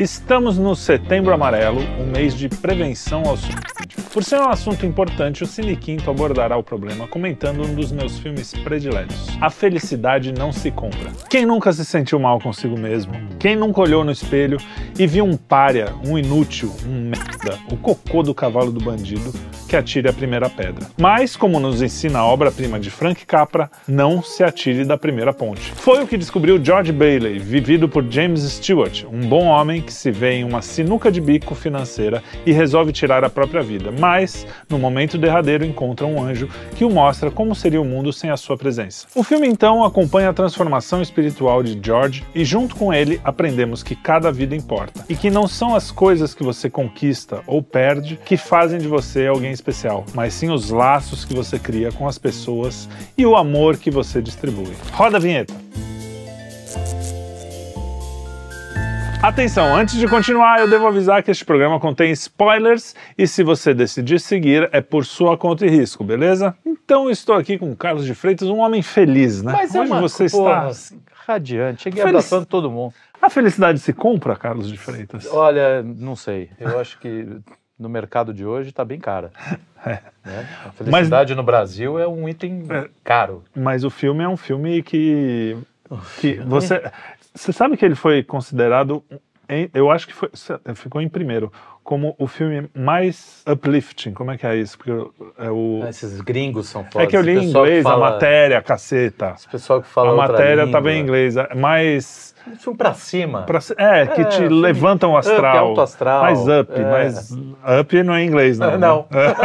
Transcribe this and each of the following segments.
Estamos no Setembro Amarelo, um mês de prevenção ao suicídio. Por ser um assunto importante, o Cine Quinto abordará o problema comentando um dos meus filmes prediletos. A felicidade não se compra. Quem nunca se sentiu mal consigo mesmo? Quem nunca olhou no espelho e viu um pária, um inútil, um merda, o cocô do cavalo do bandido que atire a primeira pedra? Mas, como nos ensina a obra-prima de Frank Capra, não se atire da primeira ponte. Foi o que descobriu George Bailey, vivido por James Stewart, um bom homem que se vê em uma sinuca de bico financeira e resolve tirar a própria vida, mas, no momento derradeiro, encontra um anjo que o mostra como seria o mundo sem a sua presença. O filme, então, acompanha a transformação espiritual de George e, junto com ele, aprendemos que cada vida importa e que não são as coisas que você conquista ou perde que fazem de você alguém especial, mas sim os laços que você cria com as pessoas e o amor que você distribui. Roda a vinheta! Atenção, antes de continuar, eu devo avisar que este programa contém spoilers e se você decidir seguir, é por sua conta e risco, beleza? Então eu estou aqui com o Carlos de Freitas, um homem feliz, né? Mas hoje você está radiante, cheguei abraçando todo mundo. A felicidade se compra, Carlos de Freitas? Olha, não sei, eu acho que no mercado de hoje está bem cara. Né? A felicidade no Brasil é um item caro. Mas o filme é um filme que você sabe que ele foi considerado, eu acho que ficou em primeiro, como o filme mais uplifting. Como é que é isso? Porque esses gringos são fodas. É que eu li em inglês a matéria, caceta. Esse pessoal que fala a matéria língua. Tava em inglês, mas... Filme pra cima. Que te levantam o astral. Alto astral. Mais up, mas up não é em inglês, não. Não.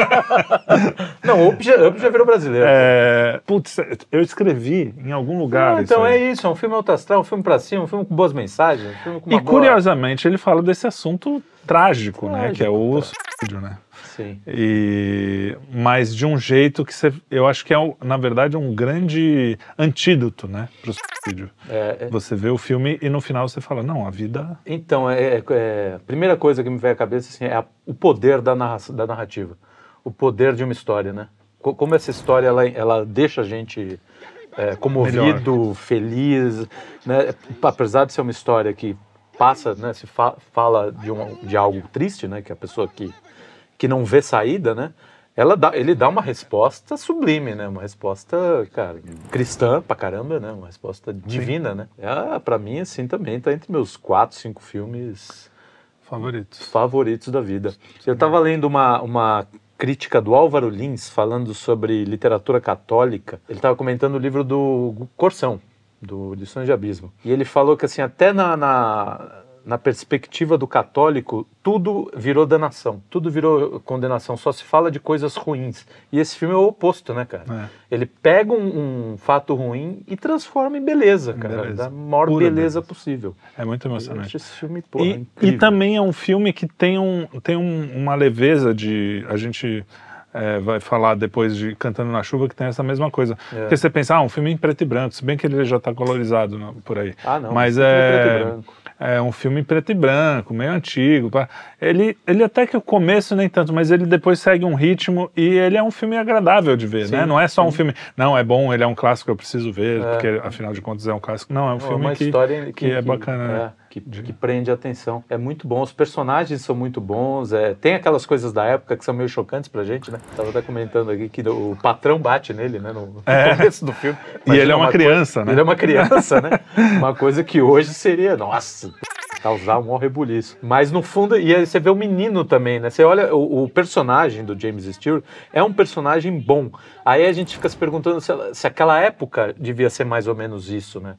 Não, up já virou brasileiro. Putz, eu escrevi em algum lugar então é isso, é um filme alto astral, um filme pra cima, um filme com boas mensagens, um filme com uma curiosamente, ele fala desse assunto trágico, né? Que é o suicídio, né? Sim. Mas de um jeito que eu acho que na verdade, um grande antídoto, né, pro suicídio. Você vê o filme e no final você fala, não, a vida... Então, a primeira coisa que me vem à cabeça assim, é o poder da narrativa. O poder de uma história, né? Como essa história, ela deixa a gente comovido, melhor, feliz, né? Apesar de ser uma história que passa, né, se fala de algo triste, né, que a pessoa que não vê saída, né, ele dá uma resposta sublime, né, uma resposta, cara, cristã pra caramba, né, uma resposta divina, né. Pra mim, assim, também tá entre meus 4, 5 filmes favoritos da vida. Eu tava lendo uma crítica do Álvaro Lins falando sobre literatura católica. Ele tava comentando o livro do Corsão, do Lições de Abismo. E ele falou que, assim, até na perspectiva do católico, tudo virou danação, tudo virou condenação, só se fala de coisas ruins. E esse filme é o oposto, né, cara? Ele pega um fato ruim e transforma em beleza, cara, da maior beleza possível. É muito emocionante. Eu acho esse filme, e também é um filme que tem uma leveza de... A gente... vai falar depois de Cantando na Chuva, que tem essa mesma coisa. Porque você pensa, um filme em preto e branco, se bem que ele já está colorizado por aí. Não, mas preto e branco. É um filme em preto e branco, meio antigo. Ele até que o começo nem tanto, mas ele depois segue um ritmo e ele é um filme agradável de ver, né? Não é só um filme, não, é bom, ele é um clássico, eu preciso ver, porque afinal de contas é um clássico. Não, é um filme que é bacana, né? Que prende a atenção. É muito bom, os personagens são muito bons, tem aquelas coisas da época que são meio chocantes pra gente, né? Tava até comentando aqui que o patrão bate nele, né? No começo do filme. Imagina, e ele é uma criança, né? Ele é uma criança, né? Uma coisa que hoje seria, nossa, causar um maior rebuliço. Mas no fundo, e aí você vê o menino também, né? Você olha, o personagem do James Stewart é um personagem bom. Aí a gente fica se perguntando se aquela época devia ser mais ou menos isso, né?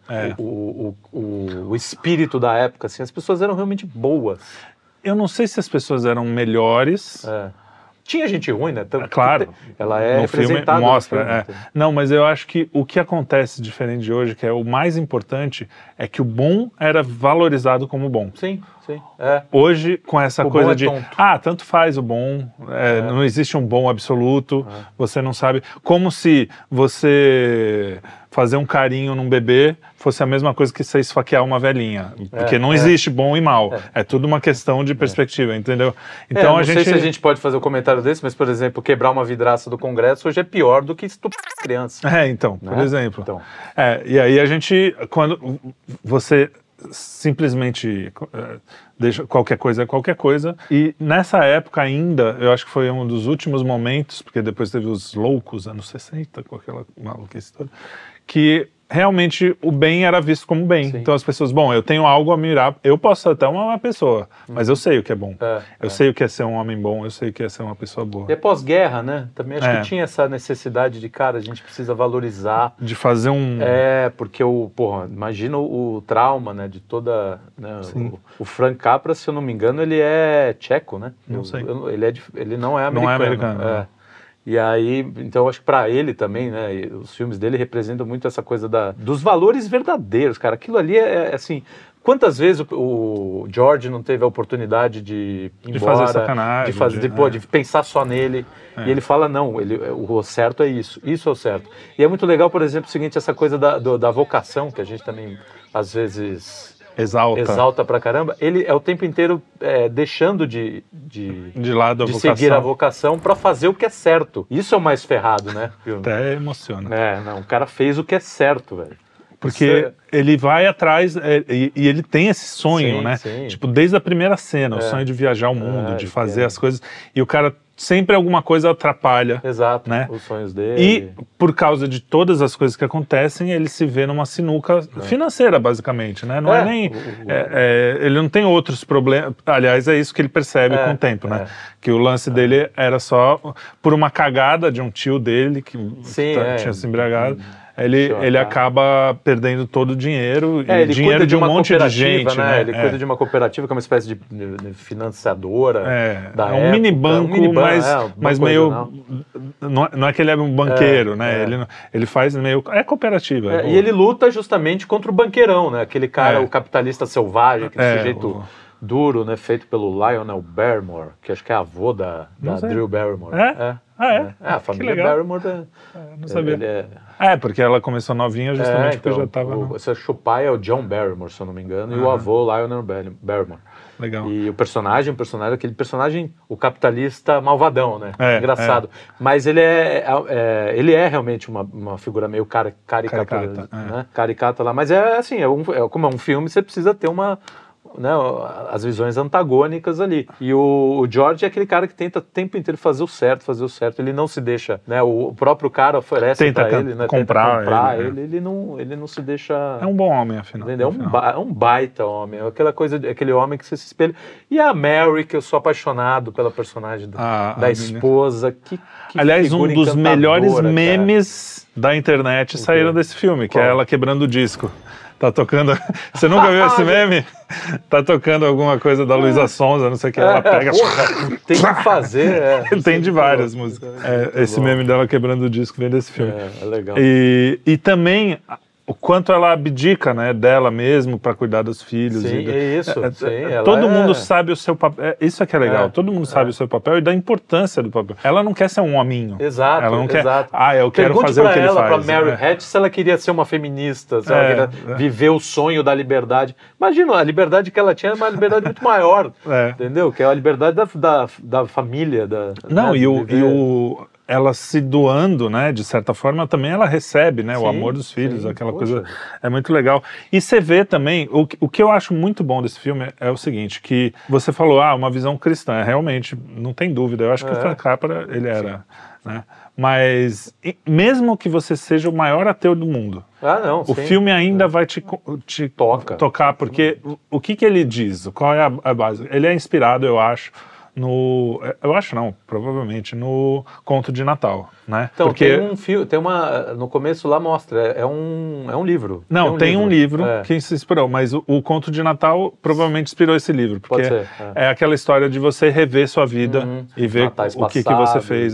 O espírito da época, assim, as pessoas eram realmente boas. Eu não sei se as pessoas eram melhores. Tinha gente ruim, né? Claro. Ela é representada. Mostra. Não, mas eu acho que o que acontece diferente de hoje, que é o mais importante, é que o bom era valorizado como bom. Sim. Hoje, com essa coisa de... tonto. Tanto faz o bom, não existe um bom absoluto, você não sabe... Como se você fazer um carinho num bebê fosse a mesma coisa que você esfaquear uma velhinha. Porque não existe bom e mal. É tudo uma questão de perspectiva, entendeu? Então não sei se a gente pode fazer um comentário desse, mas, por exemplo, quebrar uma vidraça do Congresso hoje é pior do que estuprar criança. Por exemplo. E aí a gente... Quando você simplesmente deixa qualquer coisa é qualquer coisa. E nessa época ainda, eu acho que foi um dos últimos momentos, porque depois teve os loucos, anos 60, com aquela maluquice toda, que realmente o bem era visto como bem. Sim. Então as pessoas, bom, eu tenho algo a mirar, eu posso ser até uma pessoa, mas eu sei o que é bom. Eu sei o que é ser um homem bom, eu sei o que é ser uma pessoa boa. E pós-guerra, né? Também acho que tinha essa necessidade de, cara, a gente precisa valorizar. De fazer um... porque imagina o trauma, né, de toda... Né, o Frank Capra, se eu não me engano, ele é tcheco, né? Não sei. Ele não é americano. Não é americano. E aí, então eu acho que pra ele também, né, os filmes dele representam muito essa coisa dos valores verdadeiros, cara. Aquilo ali é assim, quantas vezes o George não teve a oportunidade de ir embora, fazer sacanagem, de pensar só nele, e ele fala, não, o certo é isso é o certo. E é muito legal, por exemplo, o seguinte, essa coisa da vocação, que a gente também, às vezes... Exalta pra caramba, ele é o tempo inteiro deixando de lado a seguir a vocação pra fazer o que é certo. Isso é o mais ferrado, né? Até emociona. O cara fez o que é certo, velho. Porque ele vai atrás e ele tem esse sonho, né? Sim. Tipo, desde a primeira cena, o sonho de viajar o mundo, de fazer as coisas. E o cara sempre alguma coisa atrapalha. Exato, né? Os sonhos dele. E por causa de todas as coisas que acontecem, ele se vê numa sinuca financeira, basicamente, né? Não é nem... ele não tem outros problemas. Aliás, é isso que ele percebe com o tempo, né? Que o lance dele era só por uma cagada de um tio dele que tinha se embriagado. Ele acaba perdendo todo o dinheiro e dinheiro de um monte de gente, né? Ele cuida de uma cooperativa que é uma espécie de financiadora da um mini banco, mas meio... Não é que ele é um banqueiro, né? Ele faz meio... É cooperativa. E ele luta justamente contra o banqueirão, né? Aquele cara, o capitalista selvagem, aquele sujeito... duro, né? Feito pelo Lionel Barrymore, que acho que é avô da Drew Barrymore. A família Barrymore. Não sabia. Porque ela começou novinha justamente porque já estava... O pai é o John Barrymore, se eu não me engano, e o avô Lionel Barrymore. Legal. E o personagem, aquele personagem, o capitalista malvadão, né? Engraçado. Mas ele é realmente uma figura meio caricata, né? Caricata lá. Mas assim, como é um filme, você precisa ter né, as visões antagônicas ali. E o George é aquele cara que tenta o tempo inteiro fazer o certo. Ele não se deixa, né? O próprio cara oferece pra ele, né? Comprar ele. Ele não se deixa... É um bom homem, afinal. É um baita homem. Aquele homem que você se espelha. E a Mary, que eu sou apaixonado pela personagem da esposa. Que aliás, um dos melhores memes da internet saíram desse filme, que é ela quebrando o disco. Tá tocando... Você nunca viu esse meme? Tá tocando alguma coisa da Luísa Sonza, não sei o que, ela pega... Tem que fazer, Tem de várias músicas. Esse meme dela quebrando o disco vem desse filme. É legal. E também... o quanto ela abdica, né, dela mesmo para cuidar dos filhos. Sim, Todo mundo sabe o seu papel. Isso é que é legal. Todo mundo sabe o seu papel e da importância do papel. Ela não quer ser um hominho. Exato. Ela não quer. Eu quero fazer o que ele faz. Para Mary Hatch se ela queria ser uma feminista, se ela queria viver o sonho da liberdade. Imagina, a liberdade que ela tinha é uma liberdade muito maior. Entendeu? Que é a liberdade da família. Ela se doando, né, de certa forma, também ela recebe, né, o amor dos filhos, aquela coisa, é muito legal. E você vê também, o que eu acho muito bom desse filme é o seguinte, que você falou, uma visão cristã, realmente, não tem dúvida, eu acho que o Frank Capra, ele era, né, mas mesmo que você seja o maior ateu do mundo, o filme ainda vai te tocar, porque o que ele diz, qual é a base? Ele é inspirado, eu acho provavelmente no Conto de Natal, né? Então, no começo lá mostra, é um livro. Não, tem um livro que se inspirou, mas o Conto de Natal provavelmente inspirou esse livro, porque é aquela história de você rever sua vida e ver o que você fez.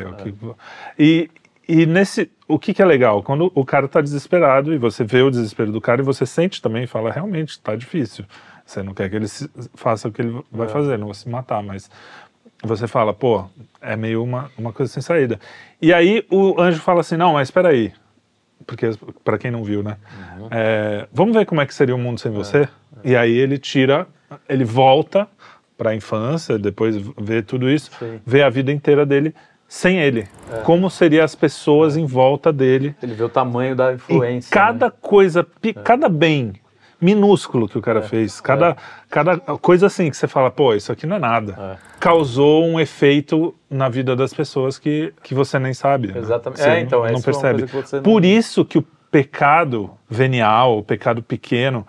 E nesse... O que é legal? Quando o cara tá desesperado e você vê o desespero do cara e você sente também e fala, realmente, tá difícil. Você não quer que ele faça o que ele vai fazer, não vai se matar, mas você fala, é meio uma coisa sem saída. E aí o anjo fala assim, não, mas espera aí, porque para quem não viu, né? Vamos ver como é que seria o mundo sem você? E aí ele volta para a infância, depois vê tudo isso, vê a vida inteira dele sem ele. Como seriam as pessoas em volta dele. Ele vê o tamanho da influência. E cada coisa, cada bem... minúsculo que o cara fez. Cada coisa assim que você fala, pô, isso aqui não é nada. Causou um efeito na vida das pessoas que você nem sabe. Exatamente. Né? Você então, não percebe. É uma coisa que você não... Por isso que o pecado venial, o pecado pequeno,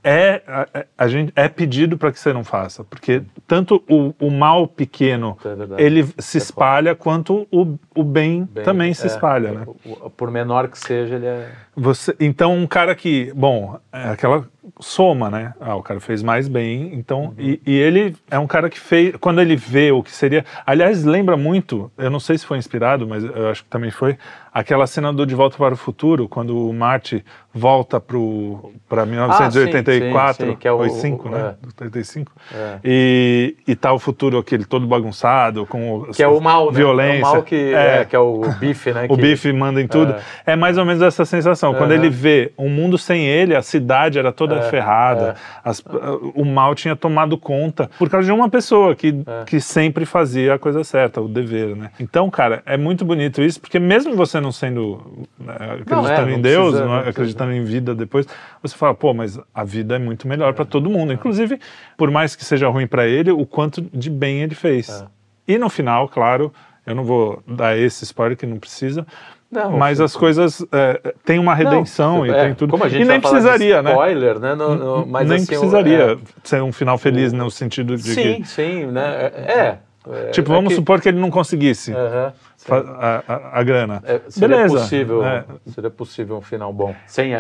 é pedido para que você não faça. Porque tanto o mal pequeno, ele se espalha, quanto o bem também se espalha. Né? Por menor que seja, ele é... Então, um cara que, bom, é aquela soma, né? O cara fez mais bem, então, e ele é um cara que fez, quando ele vê o que seria, aliás, lembra muito, eu não sei se foi inspirado, mas eu acho que também foi, aquela cena do De Volta para o Futuro, quando o Marty volta para 1984, sim, que é foi 5, né? 85. E tá o futuro aquele todo bagunçado, com que é o mal, violência. Né? É o mal que é o Biff, né? O Biff manda em tudo. É mais ou menos essa sensação. Quando ele vê um mundo sem ele, a cidade era toda ferrada, o mal tinha tomado conta por causa de uma pessoa que sempre fazia a coisa certa, o dever, né? Então, cara, é muito bonito isso, porque mesmo você não sendo acreditando em Deus, acreditando em vida depois, você fala, pô, mas a vida é muito melhor para todo mundo. Inclusive, por mais que seja ruim para ele, o quanto de bem ele fez. E no final, claro, eu não vou dar esse spoiler que não precisa, mas as coisas tem uma redenção e tem tudo. Como a gente e nem precisaria, de spoiler, né? Mas nem assim, precisaria ser um final feliz no sentido de que... Sim, né? Tipo, vamos supor que ele não conseguisse a grana. Beleza. Seria possível um final bom.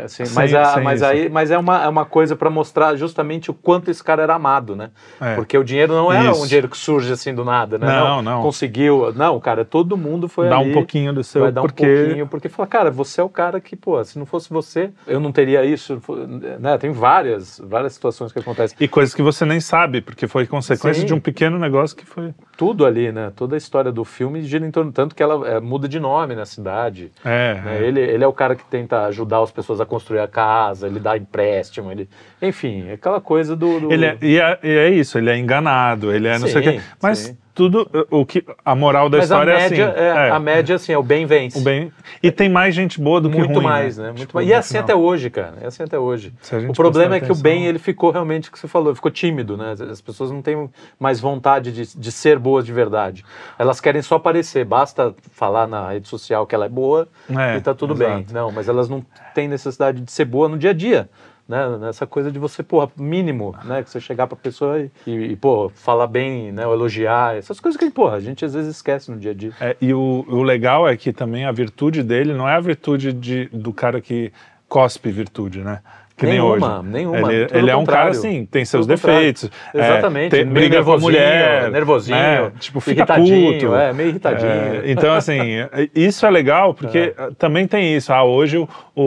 Mas é uma coisa para mostrar justamente o quanto esse cara era amado, né? Porque o dinheiro não é um dinheiro que surge assim do nada, né? Não. Conseguiu. Não, cara, todo mundo foi dá ali. Um pouquinho do seu vai dar porque... um pouquinho, porque fala, cara, você é o cara que, pô, se não fosse você, eu não teria isso, né? Tem várias situações que acontecem. E coisas que você nem sabe, porque foi consequência de um pequeno negócio que foi... Tudo ali, né? Toda a história do filme gira em torno, tanto que ela muda de nome na cidade. Né? Ele é o cara que tenta ajudar as pessoas a construir a casa, ele dá empréstimo, enfim, é aquela coisa do... E é isso, ele é enganado, ele é não sei o quê. Mas tudo, a moral da história é assim. A média, assim, é o bem vence. E tem mais gente boa do que ruim. Muito mais, né? Muito mais. E é assim até hoje, cara. É assim até hoje. O problema é que o bem, ele ficou realmente, o que você falou, ficou tímido, né? As pessoas não têm mais vontade de ser boas de verdade. Elas querem só aparecer. Basta falar na rede social que ela é boa e tá tudo bem. Não, mas elas não têm necessidade de ser boa no dia a dia. Né, nessa coisa de você, mínimo, né, que você chegar pra pessoa e falar bem, né, elogiar, essas coisas que, a gente às vezes esquece no dia a dia. E o legal é que também a virtude dele não é a virtude do cara que cospe virtude, né? Que nenhuma. Ele é um cara assim, tem seus defeitos. Exatamente. Briga com a mulher. Nervosinho. Né? Tipo, fica irritadinho, puto. Meio irritadinho. Então, assim, isso é legal, porque também tem isso. Hoje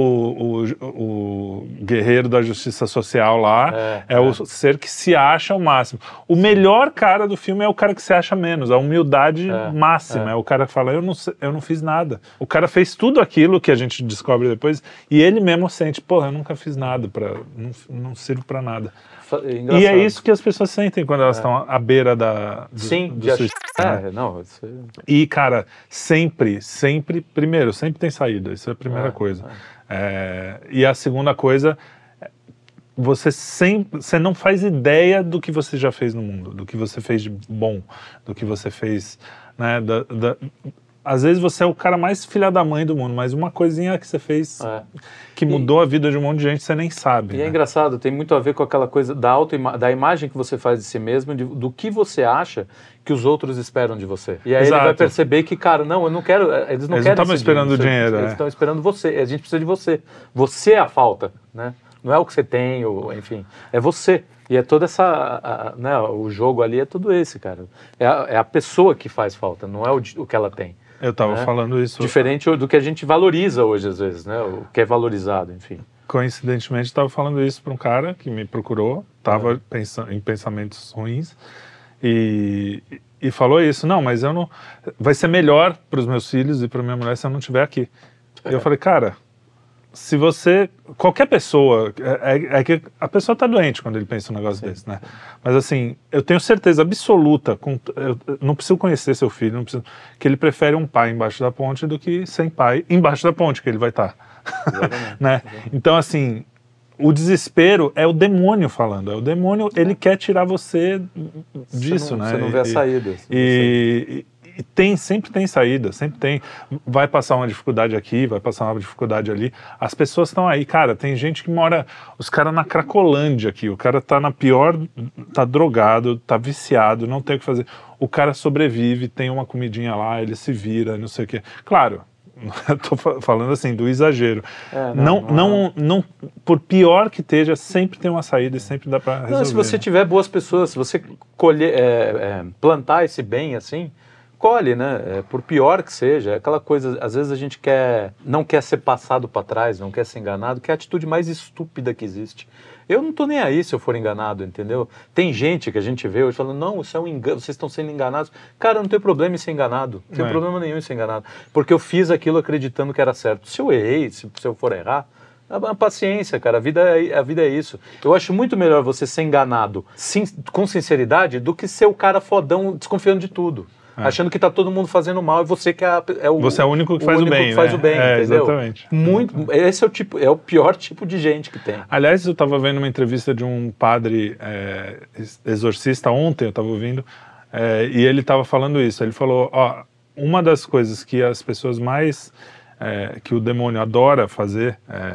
o guerreiro da justiça social lá é o ser que se acha o máximo. O melhor cara do filme é o cara que se acha menos. A humildade máxima. É o cara que fala, eu não fiz nada. O cara fez tudo aquilo que a gente descobre depois e ele mesmo sente, eu nunca fiz nada. Não sirvo pra nada. E é isso que as pessoas sentem quando elas estão à beira do suicídio. E, cara, sempre, primeiro, sempre tem saída. Isso é a primeira coisa. E a segunda coisa, você não faz ideia do que você já fez no mundo, do que você fez de bom, do que você fez, né, às vezes você é o cara mais filha da mãe do mundo, mas uma coisinha que você fez que mudou a vida de um monte de gente, você nem sabe. E é engraçado, tem muito a ver com aquela coisa da imagem que você faz de si mesmo, do que você acha que os outros esperam de você. E aí ele vai perceber que, cara, não, eu não quero... Eles não estão esperando o dinheiro. Eles estão esperando você, a gente precisa de você. Você é a falta, né? Não é o que você tem, enfim, é você. E é toda essa... né, o jogo ali é tudo esse, cara. É a pessoa que faz falta, não é o que ela tem. Eu estava falando isso... Diferente do que a gente valoriza hoje, às vezes, né? O que é valorizado, enfim. Coincidentemente, estava falando isso para um cara que me procurou, estava em pensamentos ruins, e falou isso. Não, mas eu não... Vai ser melhor para os meus filhos e para minha mulher se eu não estiver aqui. E eu falei, cara... Se você... Qualquer pessoa... É que a pessoa está doente quando ele pensa um negócio desse, né? Mas assim, eu tenho certeza absoluta, eu não preciso conhecer seu filho, que ele prefere um pai embaixo da ponte do que sem pai embaixo da ponte que ele vai estar. Né? Então assim, o desespero é o demônio falando. É o demônio, ele quer tirar você disso, né? Você não vê a saída. E sempre tem saída, sempre tem. Vai passar uma dificuldade aqui, vai passar uma dificuldade ali. As pessoas estão aí, cara. Tem gente que mora, os caras na Cracolândia aqui. O cara tá na pior, tá drogado, tá viciado, não tem o que fazer. O cara sobrevive, tem uma comidinha lá, ele se vira, não sei o quê. Claro, eu tô falando assim, do exagero. Não, por pior que esteja, sempre tem uma saída e sempre dá para resolver. Não, se você tiver boas pessoas, se você plantar esse bem assim, colhe, né? Por pior que seja, aquela coisa, às vezes a gente não quer ser passado para trás, não quer ser enganado, que é a atitude mais estúpida que existe. Eu não tô nem aí se eu for enganado, entendeu? Tem gente que a gente vê hoje falando, não, isso é um engano, vocês estão sendo enganados. Cara, não tem problema em ser enganado, não tem problema nenhum em ser enganado, porque eu fiz aquilo acreditando que era certo. Se eu errei, se eu for errar, a paciência, cara, a vida é isso. Eu acho muito melhor você ser enganado com sinceridade do que ser o cara fodão desconfiando de tudo. Achando que tá todo mundo fazendo mal e você que você é o único que faz o bem, né? Entendeu? Exatamente. Esse é o pior tipo de gente que tem. Aliás, eu estava vendo uma entrevista de um padre exorcista ontem, eu estava ouvindo, e ele estava falando isso. Ele falou, uma das coisas que as pessoas mais, que o demônio adora fazer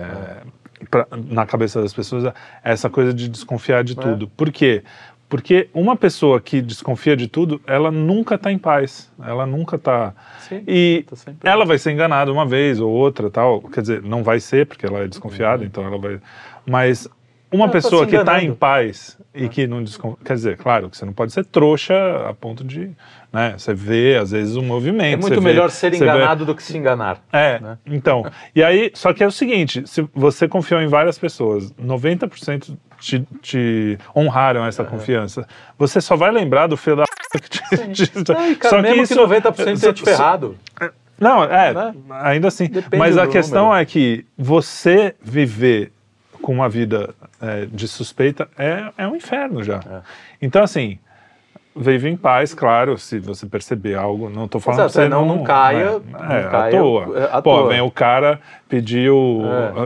na cabeça das pessoas é essa coisa de desconfiar de tudo. Por quê? Porque uma pessoa que desconfia de tudo, ela nunca está em paz, ela nunca está... E ela vai ser enganada uma vez ou outra, tal. Quer dizer, não vai ser, porque ela é desconfiada, então ela vai... Mas uma pessoa que está em paz e que não desconfia... Quer dizer, claro, que você não pode ser trouxa a ponto de... Né, você vê, às vezes, um movimento. É muito melhor ser enganado do que se enganar. Né? Então. E aí, só que é o seguinte, se você confiou em várias pessoas, 90% te honraram essa confiança, você só vai lembrar do filho da que te... Cara, só mesmo que 90% tenha te ferrado. Não, ainda assim. Depende. Mas a questão é que você viver com uma vida de suspeita é um inferno já. Então, assim... Vive em paz, claro, se você perceber algo, não estou falando que você não caia, à toa. Pô, vem o cara pediu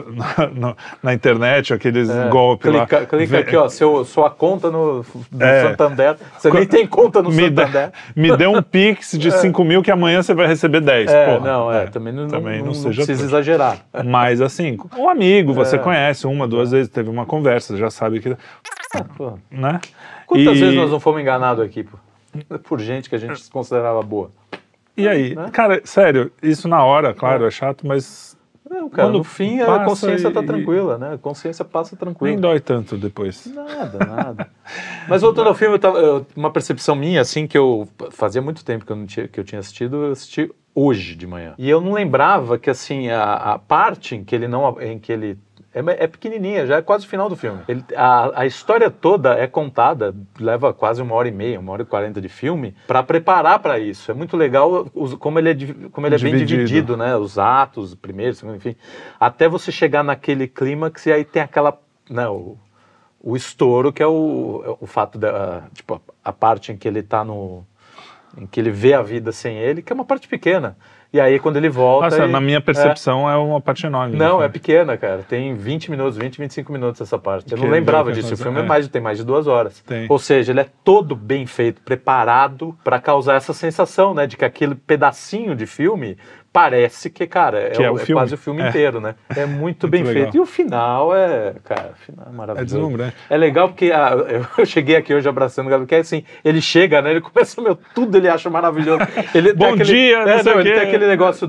na internet aqueles golpes lá. Clica aqui, ó, sua conta no Santander, você nem tem conta no Santander. Me dê um Pix de 5 mil que amanhã você vai receber 10. Também não precisa exagerar. Mas assim, um amigo, você conhece uma, duas vezes, teve uma conversa, já sabe que... né? Quantas vezes nós não fomos enganados aqui por gente que a gente considerava boa? E aí? Né? Cara, sério, isso na hora, claro, é chato, mas... Não, cara, no fim a consciência tá tranquila, né? A consciência passa tranquila. Nem dói tanto depois. Nada. Mas voltando ao filme, uma percepção minha, assim, que eu fazia muito tempo que eu tinha assistido, eu assisti hoje de manhã. E eu não lembrava que, assim, a parte em que ele é pequenininha, já é quase o final do filme. A história toda é contada, leva quase 1h30, 1h40 de filme, para preparar para isso. É muito legal como ele é bem dividido, né? Os atos, primeiro, segundo, enfim. Até você chegar naquele clímax e aí tem aquela... Né, o estouro, que é o fato tipo, a parte em que ele tá em que ele vê a vida sem ele, que é uma parte pequena. E aí, quando ele volta... Nossa, na minha percepção é uma parte enorme. Não, é pequena, cara. Tem 20 minutos, 25 minutos essa parte. Eu não lembrava disso. O filme tem mais de 2 horas. Ou seja, ele é todo bem feito, preparado para causar essa sensação, né? De que aquele pedacinho de filme parece que, cara, é quase o filme inteiro, né? É muito bem feito. E o final é maravilhoso. É deslumbrante. É legal porque eu cheguei aqui hoje abraçando o Gabriel, que é assim, ele chega, né? Ele começa, tudo ele acha maravilhoso. Bom dia, não sei o quê. Ele tem aquele negócio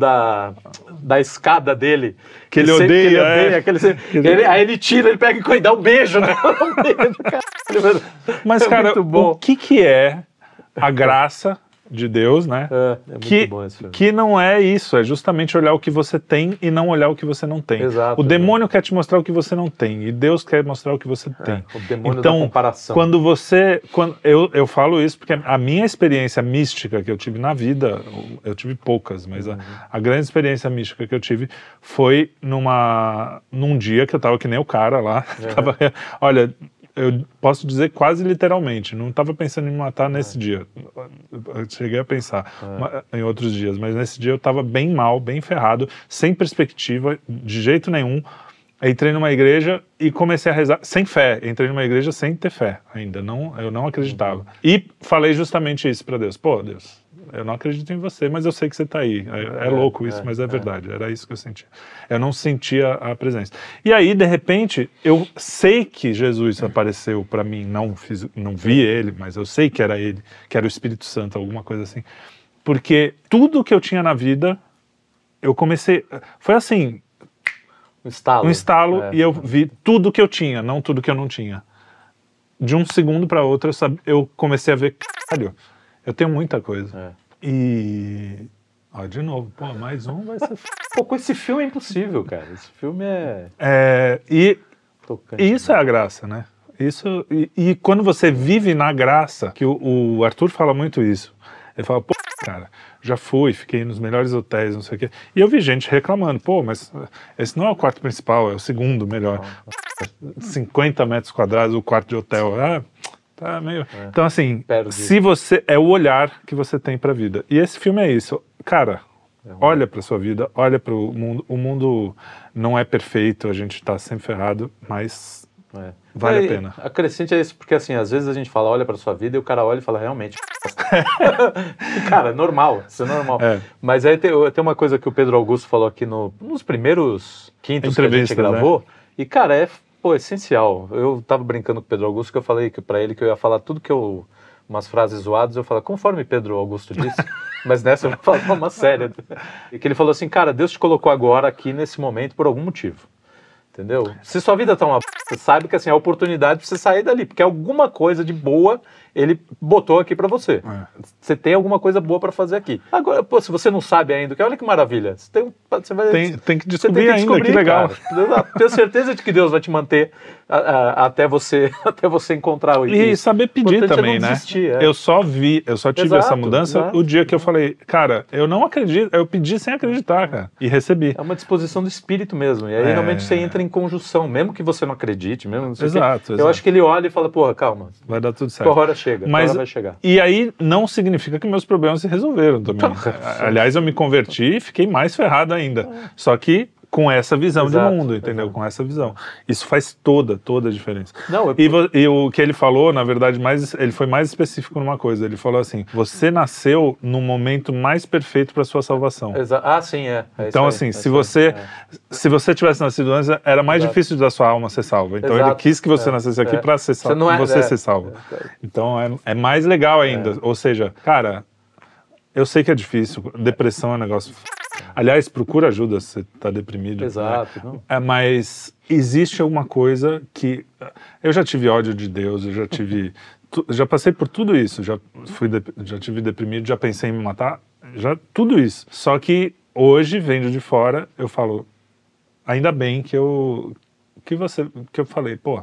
da escada dele. Que ele odeia. Aí ele tira, ele pega e dá um beijo, né? Mas, cara, o que é a graça de Deus, né? É muito bom esse filme. Que não é isso, é justamente olhar o que você tem e não olhar o que você não tem. Exato, o demônio quer te mostrar o que você não tem e Deus quer mostrar o que você tem. O demônio da comparação. Eu falo isso porque a minha experiência mística que eu tive na vida, eu tive poucas, mas a grande experiência mística que eu tive foi num dia que eu tava que nem o cara lá. Olha, eu posso dizer quase literalmente, não estava pensando em me matar nesse dia, eu cheguei a pensar em outros dias, mas nesse dia eu estava bem mal, bem ferrado, sem perspectiva, de jeito nenhum, Entrei numa igreja e comecei a rezar sem fé. Entrei numa igreja sem ter fé ainda. Eu não acreditava. E falei justamente isso para Deus. Pô, Deus, eu não acredito em você, mas eu sei que você está aí. É louco isso, mas é verdade. Era isso que eu sentia. Eu não sentia a presença. E aí, de repente, eu sei que Jesus apareceu para mim. Não vi ele, mas eu sei que era ele, que era o Espírito Santo, alguma coisa assim. Porque tudo que eu tinha na vida, eu comecei... Foi assim... Um estalo e eu vi tudo que eu tinha, não tudo que eu não tinha. De um segundo para outro, eu comecei a ver, caralho, eu tenho muita coisa. E... Ó, de novo, pô, mais um vai ser... Pô, com esse filme é impossível, cara. Esse filme E tocante, isso é a graça, né? E quando você vive na graça, que o Arthur fala muito isso, ele fala, pô, cara, já fiquei nos melhores hotéis, não sei o quê. E eu vi gente reclamando, pô, mas esse não é o quarto principal, é o segundo melhor. 50 metros quadrados o quarto de hotel. Tá meio... Então, assim, se você... É o olhar que você tem pra vida. E esse filme é isso. Cara, olha pra sua vida, olha pro mundo. O mundo não é perfeito, a gente tá sempre ferrado, mas... Vale a pena. Acrescente é isso, porque assim, às vezes a gente fala, olha pra sua vida, e o cara olha e fala, realmente, cara, é normal, isso é normal. Mas aí tem uma coisa que o Pedro Augusto falou aqui nos primeiros quintos que a gente gravou, e cara, é essencial. Eu tava brincando com o Pedro Augusto, que eu falei pra ele que eu ia falar tudo que umas frases zoadas, eu falo, conforme Pedro Augusto disse, mas nessa eu vou falar uma séria. E que ele falou assim, cara, Deus te colocou agora aqui nesse momento por algum motivo. Entendeu? Se sua vida tá uma você sabe que assim, é a oportunidade pra você sair dali, porque alguma coisa de boa ele botou aqui pra você. Você tem alguma coisa boa pra fazer aqui. Agora, pô, se você não sabe ainda, olha que maravilha. Tem que descobrir ainda, que legal. Tenho certeza de que Deus vai te manter até você encontrar isso. E saber pedir também, né? Eu só tive essa mudança o dia que eu falei, cara, eu não acredito, eu pedi sem acreditar, cara, e recebi. É uma disposição do espírito mesmo, e aí realmente você entra em conjunção, mesmo que você não acredite, mesmo exato. Eu acho que ele olha e fala, porra, calma, vai dar tudo certo. A hora chega, a hora vai chegar. E aí não significa que meus problemas se resolveram também. Aliás, eu me converti e fiquei mais ferrado ainda. Só que com essa visão de mundo, entendeu? Com essa visão. Isso faz toda a diferença. E o que ele falou, na verdade, ele foi mais específico numa coisa. Ele falou assim, você nasceu no momento mais perfeito para sua salvação. Sim, então, assim, se você tivesse nascido antes, era mais difícil da sua alma ser salva. Então, ele quis que você nascesse aqui para ser salvo, você ser salvo. Então, é mais legal ainda. Ou seja, cara, eu sei que é difícil. Depressão é um negócio... Aliás, procura ajuda se você está deprimido. Exato. Né? Mas existe alguma coisa que... Eu já tive ódio de Deus, eu já tive... já passei por tudo isso, já tive deprimido, já pensei em me matar, tudo isso. Só que hoje, vendo de fora, eu falo, ainda bem que eu falei, pô,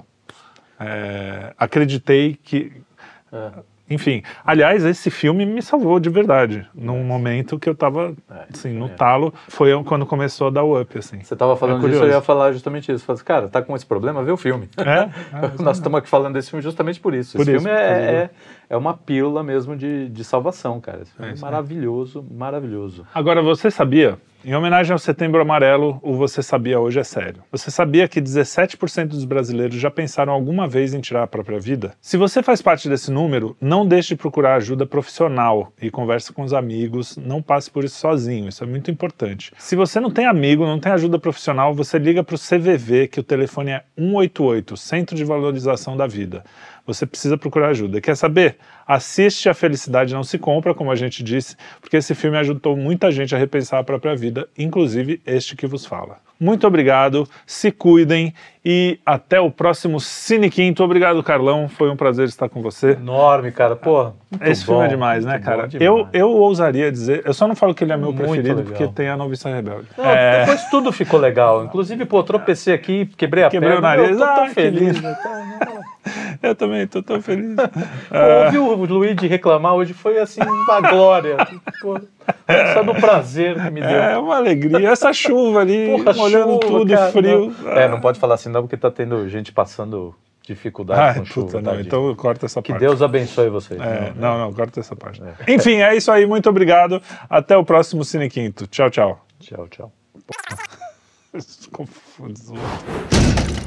acreditei que... Enfim, aliás, esse filme me salvou de verdade, num momento que eu tava, assim, no talo, foi quando começou a dar o up, assim. Você tava falando disso, eu ia falar justamente isso. Falei, cara, tá com esse problema? Vê o filme. Nós estamos aqui falando desse filme justamente por isso. Esse filme é uma pílula mesmo de salvação, cara. Esse filme é maravilhoso, maravilhoso. Agora, você sabia... Em homenagem ao Setembro Amarelo, o Você Sabia Hoje é sério. Você sabia que 17% dos brasileiros já pensaram alguma vez em tirar a própria vida? Se você faz parte desse número, não deixe de procurar ajuda profissional e converse com os amigos, não passe por isso sozinho, isso é muito importante. Se você não tem amigo, não tem ajuda profissional, você liga para o CVV, que o telefone é 188, Centro de Valorização da Vida. Você precisa procurar ajuda. Quer saber? Assiste A Felicidade Não Se Compra, como a gente disse, porque esse filme ajudou muita gente a repensar a própria vida, inclusive este que vos fala. Muito obrigado, se cuidem e até o próximo Cine Quinto. Obrigado, Carlão, foi um prazer estar com você. Enorme, cara, pô. Esse filme é demais, né, cara? Eu ousaria dizer, eu só não falo que ele é meu preferido, porque tem A Noviça Rebelde. Depois tudo ficou legal, inclusive, pô, tropecei aqui, quebrei a perna. Quebrei o nariz, eu tô tão feliz. Eu também tô tão feliz. Ouvir o Luigi reclamar hoje foi assim, uma glória. Só do prazer que me deu. É uma alegria. Essa chuva ali, molhando tudo, cara, frio. Não pode falar assim não, porque tá tendo gente passando dificuldade com chuva. Não, então corta essa parte. Que Deus abençoe vocês. Não, corta essa parte. Enfim, é isso aí. Muito obrigado. Até o próximo Cine Quinto. Tchau, tchau. Tchau. Ficou confuso.